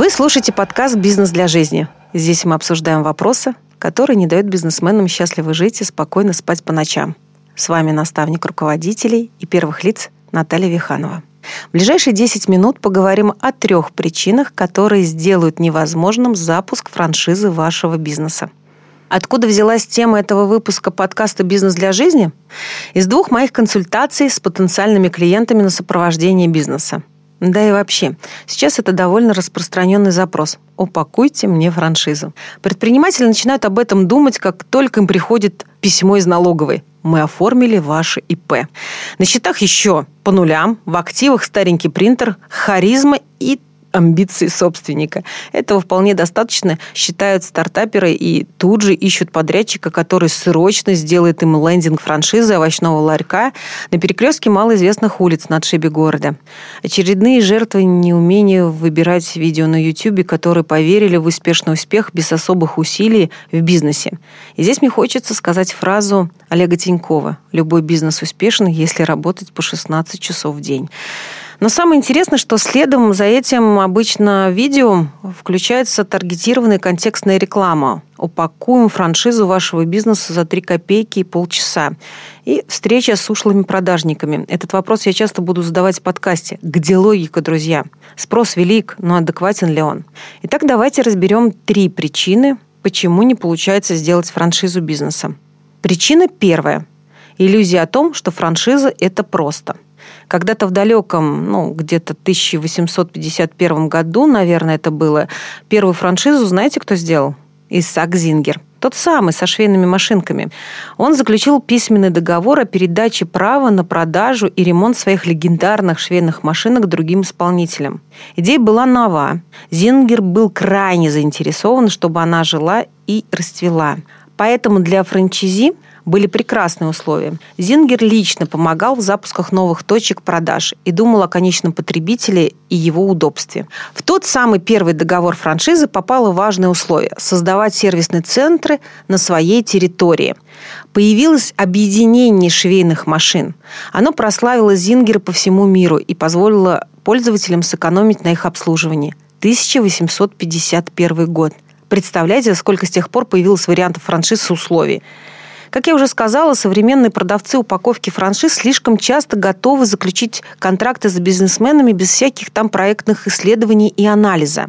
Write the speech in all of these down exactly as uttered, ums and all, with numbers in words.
Вы слушаете подкаст «Бизнес для жизни». Здесь мы обсуждаем вопросы, которые не дают бизнесменам счастливо жить и спокойно спать по ночам. С вами наставник руководителей и первых лиц Наталья Виханова. В ближайшие десять минут поговорим о трех причинах, которые сделают невозможным запуск франшизы вашего бизнеса. Откуда взялась тема этого выпуска подкаста «Бизнес для жизни»? Из двух моих консультаций с потенциальными клиентами на сопровождение бизнеса. Да и вообще, сейчас это довольно распространенный запрос. Упакуйте мне франшизу. Предприниматели начинают об этом думать, как только им приходит письмо из налоговой. Мы оформили ваше ИП. На счетах еще по нулям, в активах старенький принтер, харизма и амбиции собственника. Этого вполне достаточно, считают стартаперы, и тут же ищут подрядчика, который срочно сделает им лендинг франшизы овощного ларька на перекрестке малоизвестных улиц на отшибе города. Очередные жертвы неумения выбирать видео на YouTube, которые поверили в успешный успех без особых усилий в бизнесе. И здесь мне хочется сказать фразу Олега Тинькова: «Любой бизнес успешен, если работать по шестнадцать часов в день». Но самое интересное, что следом за этим обычно видео включается таргетированная контекстная реклама. Упакуем франшизу вашего бизнеса за три копейки и полчаса. И встреча с ушлыми продажниками. Этот вопрос я часто буду задавать в подкасте. Где логика, друзья? Спрос велик, но адекватен ли он? Итак, давайте разберем три причины, почему не получается сделать франшизу бизнеса. Причина первая. Иллюзия о том, что франшиза – это просто. Когда-то в далеком, ну, где-то тысяча восемьсот пятьдесят первом году, наверное, это было, первую франшизу, знаете, кто сделал? Исаак Зингер. Тот самый, со швейными машинками. Он заключил письменный договор о передаче права на продажу и ремонт своих легендарных швейных машинок другим исполнителям. Идея была нова. Зингер был крайне заинтересован, чтобы она жила и расцвела. Поэтому для франчайзи были прекрасные условия. Зингер лично помогал в запусках новых точек продаж и думал о конечном потребителе и его удобстве. В тот самый первый договор франшизы попало важное условие – создавать сервисные центры на своей территории. Появилось объединение швейных машин. Оно прославило Зингера по всему миру и позволило пользователям сэкономить на их обслуживании. тысяча восемьсот пятьдесят первый год. Представляете, сколько с тех пор появилось вариантов франшиз с условий. Как я уже сказала, современные продавцы упаковки франшиз слишком часто готовы заключить контракты с бизнесменами без всяких там проектных исследований и анализа.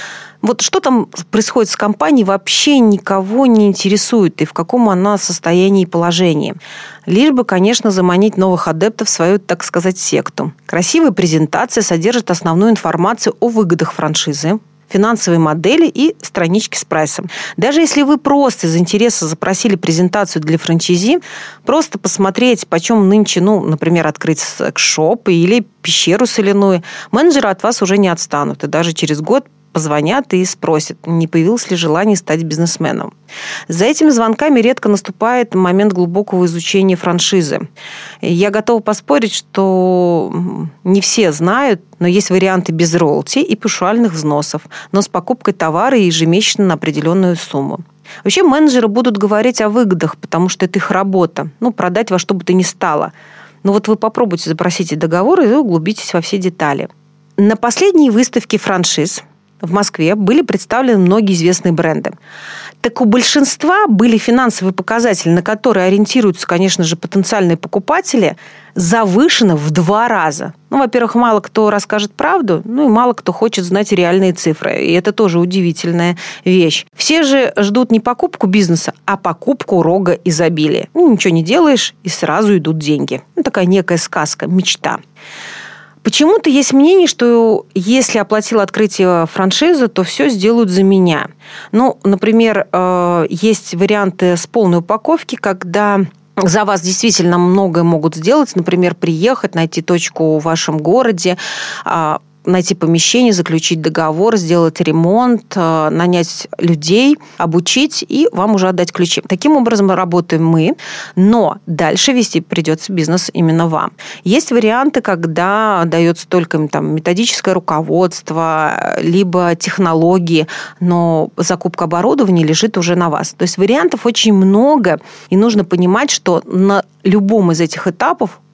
Вот что там происходит с компанией, вообще никого не интересует, и в каком она состоянии и положении. Лишь бы, конечно, заманить новых адептов в свою, так сказать, секту. Красивая презентация содержит основную информацию о выгодах франшизы, финансовые модели и странички с прайсом. Даже если вы просто из интереса запросили презентацию для франчайзи, просто посмотреть, почем нынче, ну, например, открыть секс-шоп или пещеру соляную, менеджеры от вас уже не отстанут. И даже через год позвонят и спросят, не появилось ли желание стать бизнесменом. За этими звонками редко наступает момент глубокого изучения франшизы. Я готова поспорить, что не все знают, но есть варианты без роялти и паушальных взносов, но с покупкой товара ежемесячно на определенную сумму. Вообще менеджеры будут говорить о выгодах, потому что это их работа. Ну, продать во что бы то ни стало. Но вот вы попробуйте запросите договор и углубитесь во все детали. На последней выставке франшиз в Москве были представлены многие известные бренды. Так у большинства были финансовые показатели, на которые ориентируются, конечно же, потенциальные покупатели, завышены в два раза. Ну, во-первых, мало кто расскажет правду, ну и мало кто хочет знать реальные цифры. И это тоже удивительная вещь. Все же ждут не покупку бизнеса, а покупку рога изобилия. Ну, ничего не делаешь, и сразу идут деньги. Ну, такая некая сказка, мечта. Почему-то есть мнение, что если оплатил открытие франшизы, то все сделают за меня. Ну, например, есть варианты с полной упаковки, когда за вас действительно многое могут сделать. Например, приехать, найти точку в вашем городе, найти помещение, заключить договор, сделать ремонт, нанять людей, обучить и вам уже отдать ключи. Таким образом работаем мы, но дальше вести придется бизнес именно вам. Есть варианты, когда дается только там, методическое руководство, либо технологии, но закупка оборудования лежит уже на вас. То есть вариантов очень много, и нужно понимать, что на любом из этих этапов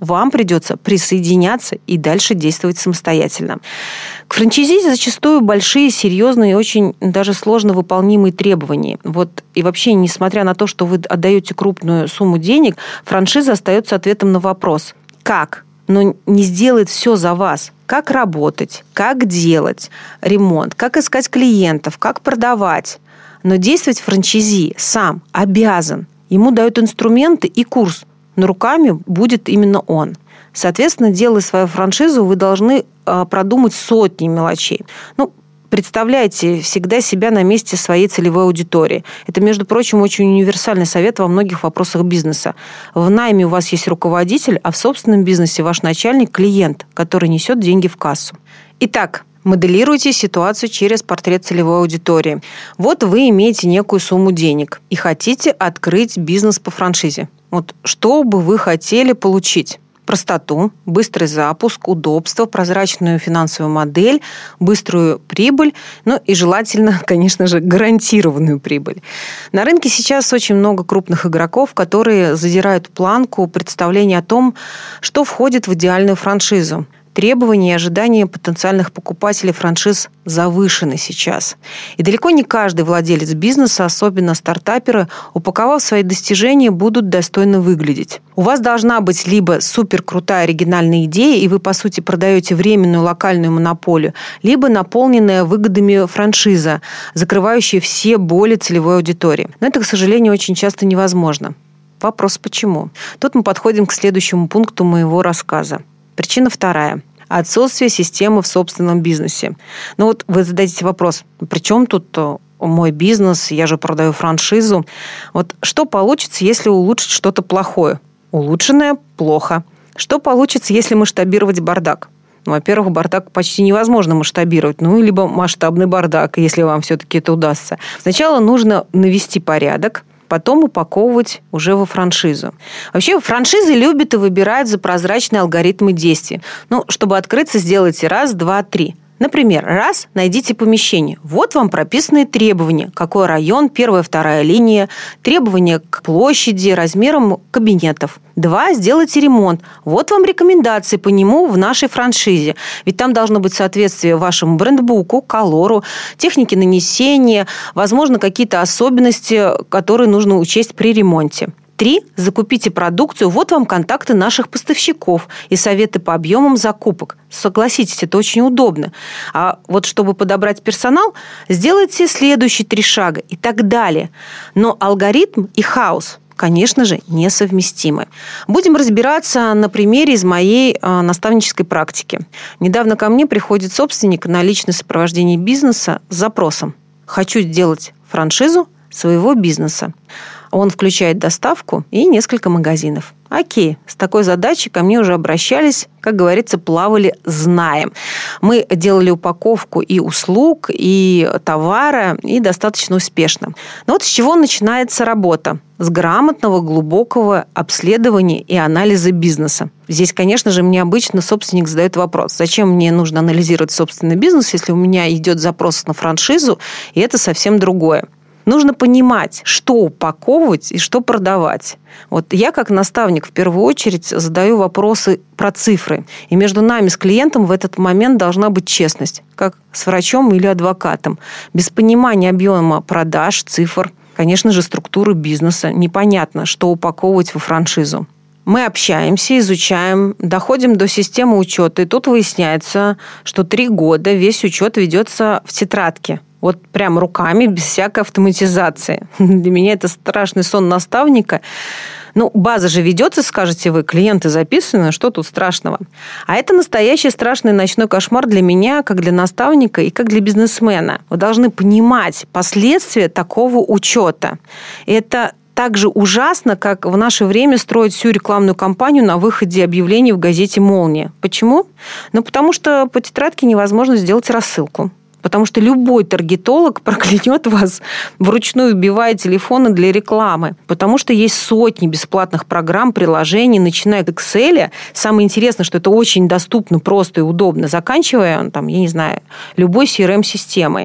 вам придется присоединяться и дальше действовать самостоятельно. К франчайзи зачастую большие, серьезные и очень даже сложно выполнимые требования. Вот и вообще, несмотря на то, что вы отдаете крупную сумму денег, франшиза остается ответом на вопрос «как?», но не сделает все за вас. Как работать, как делать ремонт, как искать клиентов, как продавать. Но действовать франчайзи сам обязан. Ему дают инструменты и курс, но руками будет именно он. Соответственно, делая свою франшизу, вы должны продумать сотни мелочей. Ну, представляйте всегда себя на месте своей целевой аудитории. Это, между прочим, очень универсальный совет во многих вопросах бизнеса. В найме у вас есть руководитель, а в собственном бизнесе ваш начальник – клиент, который несет деньги в кассу. Итак, моделируйте ситуацию через портрет целевой аудитории. Вот вы имеете некую сумму денег и хотите открыть бизнес по франшизе. Вот что бы вы хотели получить? Простоту, быстрый запуск, удобство, прозрачную финансовую модель, быструю прибыль, ну и желательно, конечно же, гарантированную прибыль. На рынке сейчас очень много крупных игроков, которые задирают планку представления о том, что входит в идеальную франшизу. Требования и ожидания потенциальных покупателей франшиз завышены сейчас. И далеко не каждый владелец бизнеса, особенно стартаперы, упаковав свои достижения, будут достойно выглядеть. У вас должна быть либо суперкрутая оригинальная идея, и вы, по сути, продаете временную локальную монополию, либо наполненная выгодами франшиза, закрывающая все боли целевой аудитории. Но это, к сожалению, очень часто невозможно. Вопрос почему? Тут мы подходим к следующему пункту моего рассказа. Причина вторая. Отсутствие системы в собственном бизнесе. Ну вот вы зададите вопрос, при чем тут мой бизнес, я же продаю франшизу. Вот что получится, если улучшить что-то плохое? Улучшенное – плохо. Что получится, если масштабировать бардак? Ну, во-первых, бардак почти невозможно масштабировать, ну, либо масштабный бардак, если вам все-таки это удастся. Сначала нужно навести порядок, потом упаковывать уже во франшизу. Вообще, франшизы любят и выбирают за прозрачные алгоритмы действий. Ну, чтобы открыться, сделайте раз, два, три. Например, раз, найдите помещение. Вот вам прописанные требования. Какой район, первая, вторая линия, требования к площади, размерам кабинетов. Два, сделайте ремонт. Вот вам рекомендации по нему в нашей франшизе. Ведь там должно быть соответствие вашему брендбуку, колору, технике нанесения, возможно, какие-то особенности, которые нужно учесть при ремонте. Три. Закупите продукцию. Вот вам контакты наших поставщиков и советы по объемам закупок. Согласитесь, это очень удобно. А вот чтобы подобрать персонал, сделайте следующие три шага и так далее. Но алгоритм и хаос, конечно же, несовместимы. Будем разбираться на примере из моей наставнической практики. Недавно ко мне приходит собственник на личное сопровождение бизнеса с запросом: «Хочу сделать франшизу своего бизнеса». Он включает доставку и несколько магазинов. Окей, с такой задачей ко мне уже обращались, как говорится, плавали, знаем. Мы делали упаковку и услуг, и товара, и достаточно успешно. Но вот с чего начинается работа? С грамотного, глубокого обследования и анализа бизнеса. Здесь, конечно же, мне обычно собственник задает вопрос: зачем мне нужно анализировать собственный бизнес, если у меня идет запрос на франшизу, и это совсем другое. Нужно понимать, что упаковывать и что продавать. Вот я, как наставник, в первую очередь задаю вопросы про цифры. И между нами с клиентом в этот момент должна быть честность, как с врачом или адвокатом. Без понимания объема продаж, цифр, конечно же, структуры бизнеса, непонятно, что упаковывать во франшизу. Мы общаемся, изучаем, доходим до системы учета, и тут выясняется, что три года весь учет ведется в тетрадке. Вот прям руками, без всякой автоматизации. Для меня это страшный сон наставника. Ну, база же ведется, скажете вы, клиенты записаны, что тут страшного? А это настоящий страшный ночной кошмар для меня, как для наставника и как для бизнесмена. Вы должны понимать последствия такого учета. Это так же ужасно, как в наше время строить всю рекламную кампанию на выходе объявлений в газете «Молния». Почему? Ну, потому что по тетрадке невозможно сделать рассылку. Потому что любой таргетолог проклянет вас, вручную вбивая телефоны для рекламы. Потому что есть сотни бесплатных программ, приложений, начиная от Excel. Самое интересное, что это очень доступно, просто и удобно, заканчивая, там, я не знаю, любой си эр эм-системой.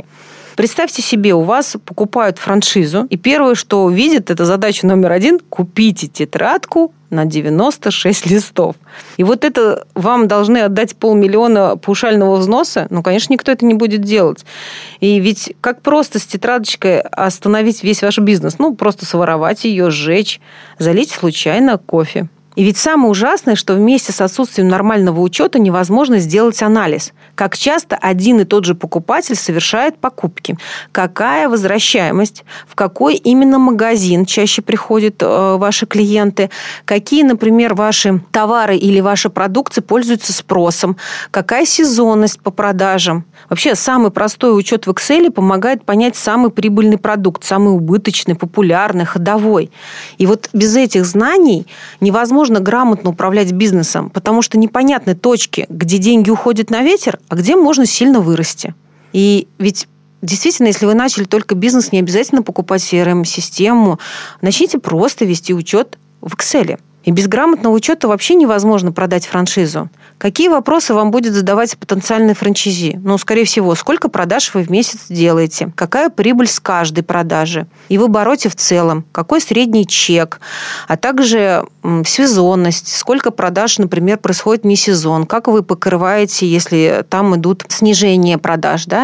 Представьте себе, у вас покупают франшизу, и первое, что видят, это задача номер один – купите тетрадку на девяносто шесть листов. И вот это вам должны отдать полмиллиона паушального взноса? Ну, конечно, никто это не будет делать. И ведь как просто с тетрадочкой остановить весь ваш бизнес? Ну, просто своровать ее, сжечь, залить случайно кофе. И ведь самое ужасное, что вместе с отсутствием нормального учета невозможно сделать анализ. Как часто один и тот же покупатель совершает покупки, какая возвращаемость, в какой именно магазин чаще приходят э, ваши клиенты, какие, например, ваши товары или ваша продукция пользуются спросом, какая сезонность по продажам. Вообще, самый простой учет в Excel помогает понять самый прибыльный продукт, самый убыточный, популярный, ходовой. И вот без этих знаний невозможно Можно грамотно управлять бизнесом, потому что непонятны точки, где деньги уходят на ветер, а где можно сильно вырасти. И ведь действительно, если вы начали только бизнес, не обязательно покупать си эр эм-систему. Начните просто вести учет в Excel. И без грамотного учета вообще невозможно продать франшизу. Какие вопросы вам будет задавать потенциальный франчайзи? Ну, скорее всего, сколько продаж вы в месяц делаете? Какая прибыль с каждой продажи? И в обороте в целом? Какой средний чек? А также сезонность. Сколько продаж, например, происходит не сезон? Как вы покрываете, если там идут снижения продаж, да?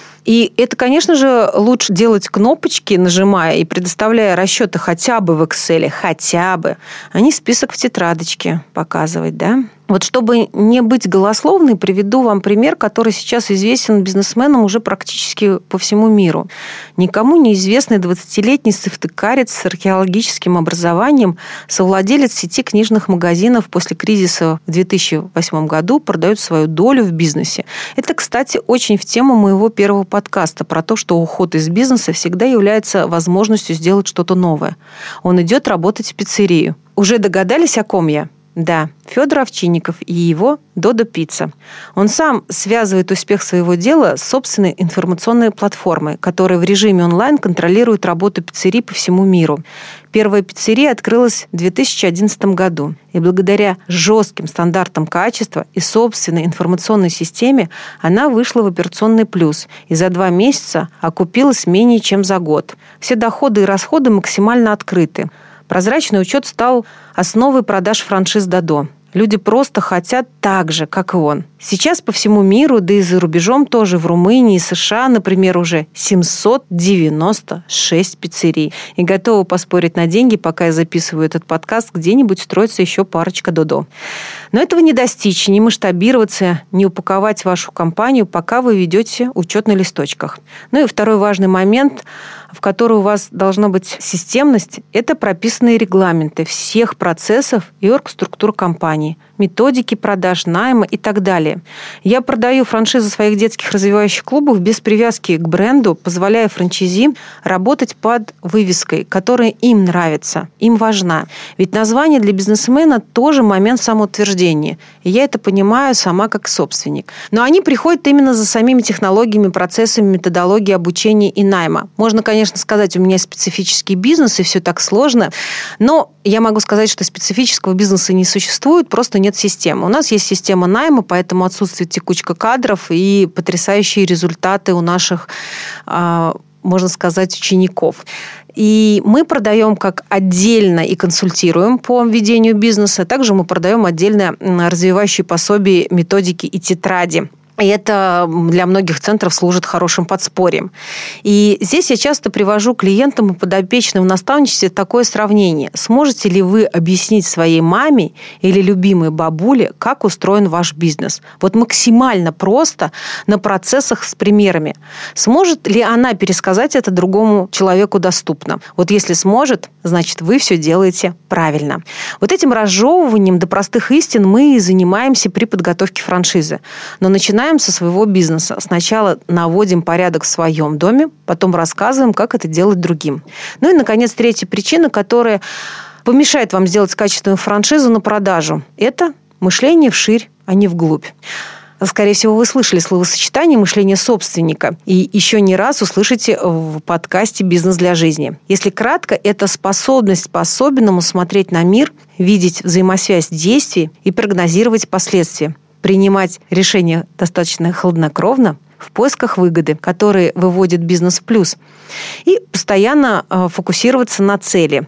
И это, конечно же, лучше делать кнопочки, нажимая и предоставляя расчеты хотя бы в Excel, хотя бы, а не список в тетрадочке показывать, да? Вот чтобы не быть голословной, приведу вам пример, который сейчас известен бизнесменам уже практически по всему миру. Никому неизвестный двадцатилетний сыктывкарец с археологическим образованием, совладелец сети книжных магазинов после кризиса в две тысячи восьмом году продает свою долю в бизнесе. Это, кстати, очень в тему моего первого подкаста про то, что уход из бизнеса всегда является возможностью сделать что-то новое. Он идет работать в пиццерию. Уже догадались, о ком я? Да, Федор Овчинников и его Додо Пицца. Он сам связывает успех своего дела с собственной информационной платформой, которая в режиме онлайн контролирует работу пиццерий по всему миру. Первая пиццерия открылась в две тысячи одиннадцатом году, и благодаря жестким стандартам качества и собственной информационной системе она вышла в операционный плюс и за два месяца окупилась менее чем за год. Все доходы и расходы максимально открыты. Прозрачный учет стал основой продаж франшиз Додо. Люди просто хотят так же, как и он. Сейчас по всему миру, да и за рубежом тоже, в Румынии и США, например, уже семьсот девяносто шесть пиццерий. И готовы поспорить на деньги, пока я записываю этот подкаст, где-нибудь строится еще парочка Додо. Но этого не достичь, не масштабироваться, не упаковать вашу компанию, пока вы ведете учет на листочках. Ну и второй важный момент, в который у вас должна быть системность, это прописанные регламенты всех процессов и оргструктур компании, методики продаж, найма и так далее. Я продаю франшизы своих детских развивающих клубов без привязки к бренду, позволяя франчайзи работать под вывеской, которая им нравится, им важна. Ведь название для бизнесмена тоже момент самоутверждения. И я это понимаю сама как собственник. Но они приходят именно за самими технологиями, процессами, методологией обучения и найма. Можно, конечно, сказать, у меня специфический бизнес, и все так сложно, но я могу сказать, что специфического бизнеса не существует, просто нет системы. У нас есть система найма, поэтому отсутствует текучка кадров и потрясающие результаты у наших, можно сказать, учеников. И мы продаем как отдельно и консультируем по ведению бизнеса, также мы продаем отдельно развивающие пособия, методики и тетради. И это для многих центров служит хорошим подспорьем. И здесь я часто привожу клиентам и подопечным в наставничестве такое сравнение. Сможете ли вы объяснить своей маме или любимой бабуле, как устроен ваш бизнес? Вот максимально просто, на процессах с примерами. Сможет ли она пересказать это другому человеку доступно? Вот если сможет, значит, вы все делаете правильно. Вот этим разжевыванием до простых истин мы и занимаемся при подготовке франшизы. Но начинаем со своего бизнеса. Сначала наводим порядок в своем доме, потом рассказываем, как это делать другим. Ну и, наконец, третья причина, которая помешает вам сделать качественную франшизу на продажу. Это мышление вширь, а не вглубь. Скорее всего, вы слышали словосочетание «мышление собственника» и еще не раз услышите в подкасте «Бизнес для жизни». Если кратко, это способность по-особенному смотреть на мир, видеть взаимосвязь действий и прогнозировать последствия. принимать решения достаточно хладнокровно, в поисках выгоды, которые выводят бизнес в плюс, и постоянно фокусироваться на цели.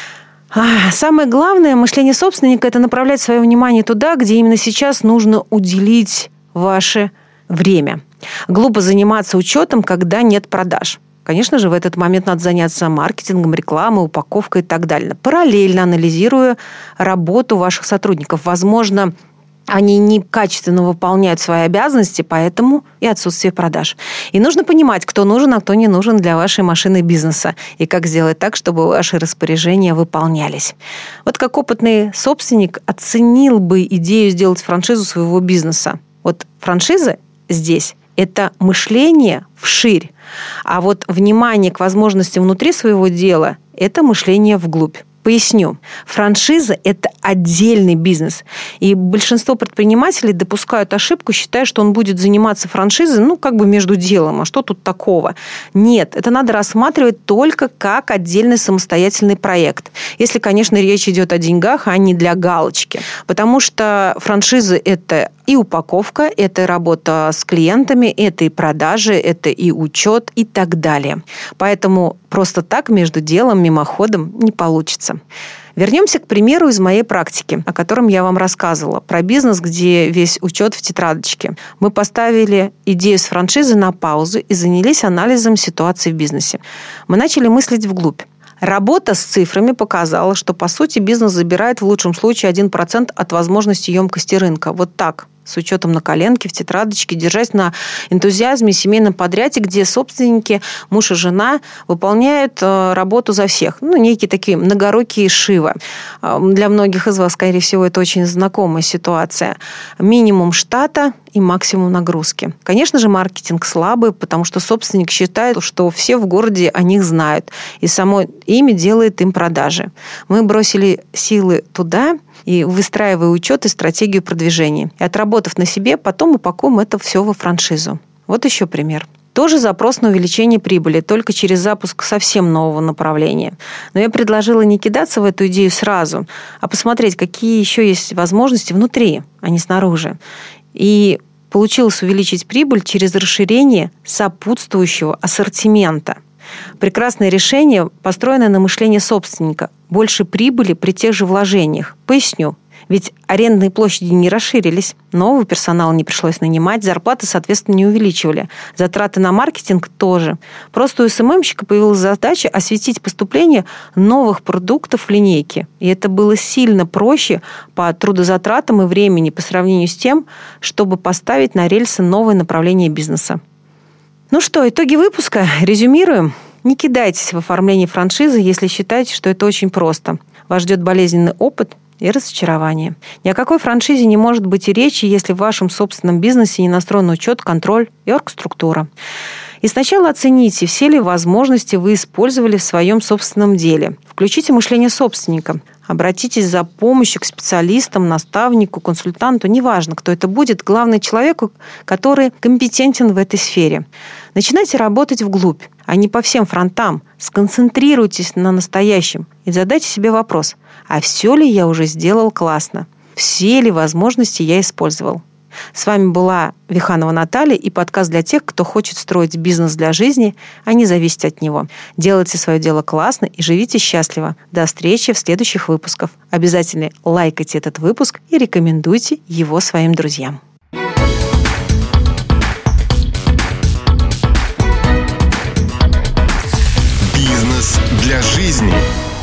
Самое главное, мышление собственника – это направлять свое внимание туда, где именно сейчас нужно уделить ваше время. Глупо заниматься учетом, когда нет продаж. Конечно же, в этот момент надо заняться маркетингом, рекламой, упаковкой и так далее. Параллельно анализируя работу ваших сотрудников. Возможно, они некачественно выполняют свои обязанности, поэтому и отсутствие продаж. И нужно понимать, кто нужен, а кто не нужен для вашей машины бизнеса, и как сделать так, чтобы ваши распоряжения выполнялись. Вот как опытный собственник оценил бы идею сделать франшизу своего бизнеса. Вот франшиза здесь – это мышление вширь, а вот внимание к возможностям внутри своего дела – это мышление вглубь. Поясню. Франшиза – это отдельный бизнес. И большинство предпринимателей допускают ошибку, считая, что он будет заниматься франшизой, ну, как бы между делом. А что тут такого? Нет, это надо рассматривать только как отдельный самостоятельный проект. Если, конечно, речь идет о деньгах, а не для галочки. Потому что франшиза – это и упаковка, это и работа с клиентами, это и продажи, это и учет и так далее. Поэтому просто так между делом, мимоходом не получится. Вернемся к примеру из моей практики, о котором я вам рассказывала, про бизнес, где весь учет в тетрадочке. Мы поставили идею с франшизы на паузу и занялись анализом ситуации в бизнесе. Мы начали мыслить вглубь. Работа с цифрами показала, что, по сути, бизнес забирает в лучшем случае один процент от возможности емкости рынка. Вот так, с учетом на коленке, в тетрадочке, держась на энтузиазме, семейном подряде, где собственники, муж и жена, выполняют работу за всех. Ну, некие такие многорукие Шива. Для многих из вас, скорее всего, это очень знакомая ситуация. Минимум штата и максимум нагрузки. Конечно же, маркетинг слабый, потому что собственник считает, что все в городе о них знают, и само имя делает им продажи. Мы бросили силы туда, и выстраивая учет и стратегию продвижения. И отработав на себе, потом упакуем это все во франшизу. Вот еще пример. Тоже запрос на увеличение прибыли, только через запуск совсем нового направления. Но я предложила не кидаться в эту идею сразу, а посмотреть, какие еще есть возможности внутри, а не снаружи. И получилось увеличить прибыль через расширение сопутствующего ассортимента. Прекрасное решение, построенное на мышлении собственника. Больше прибыли при тех же вложениях. Поясню. Ведь арендные площади не расширились, нового персонала не пришлось нанимать, зарплаты, соответственно, не увеличивали. Затраты на маркетинг тоже. Просто у эс эм эм-щика появилась задача осветить поступление новых продуктов в линейке. И это было сильно проще по трудозатратам и времени по сравнению с тем, чтобы поставить на рельсы новое направление бизнеса. Ну что, итоги выпуска. Резюмируем. Не кидайтесь в оформление франшизы, если считаете, что это очень просто. Вас ждет болезненный опыт и разочарование. Ни о какой франшизе не может быть и речи, если в вашем собственном бизнесе не настроен учет, контроль и оргструктура. И сначала оцените, все ли возможности вы использовали в своем собственном деле. Включите мышление собственника. Обратитесь за помощью к специалистам, наставнику, консультанту. Неважно, кто это будет. Главное, человеку, который компетентен в этой сфере. Начинайте работать вглубь, а не по всем фронтам. Сконцентрируйтесь на настоящем и задайте себе вопрос. А все ли я уже сделал классно? Все ли возможности я использовал? С вами была Виханова Наталья и подкаст для тех, кто хочет строить бизнес для жизни, а не зависеть от него. Делайте свое дело классно и живите счастливо. До встречи в следующих выпусках. Обязательно лайкайте этот выпуск и рекомендуйте его своим друзьям. Бизнес для жизни.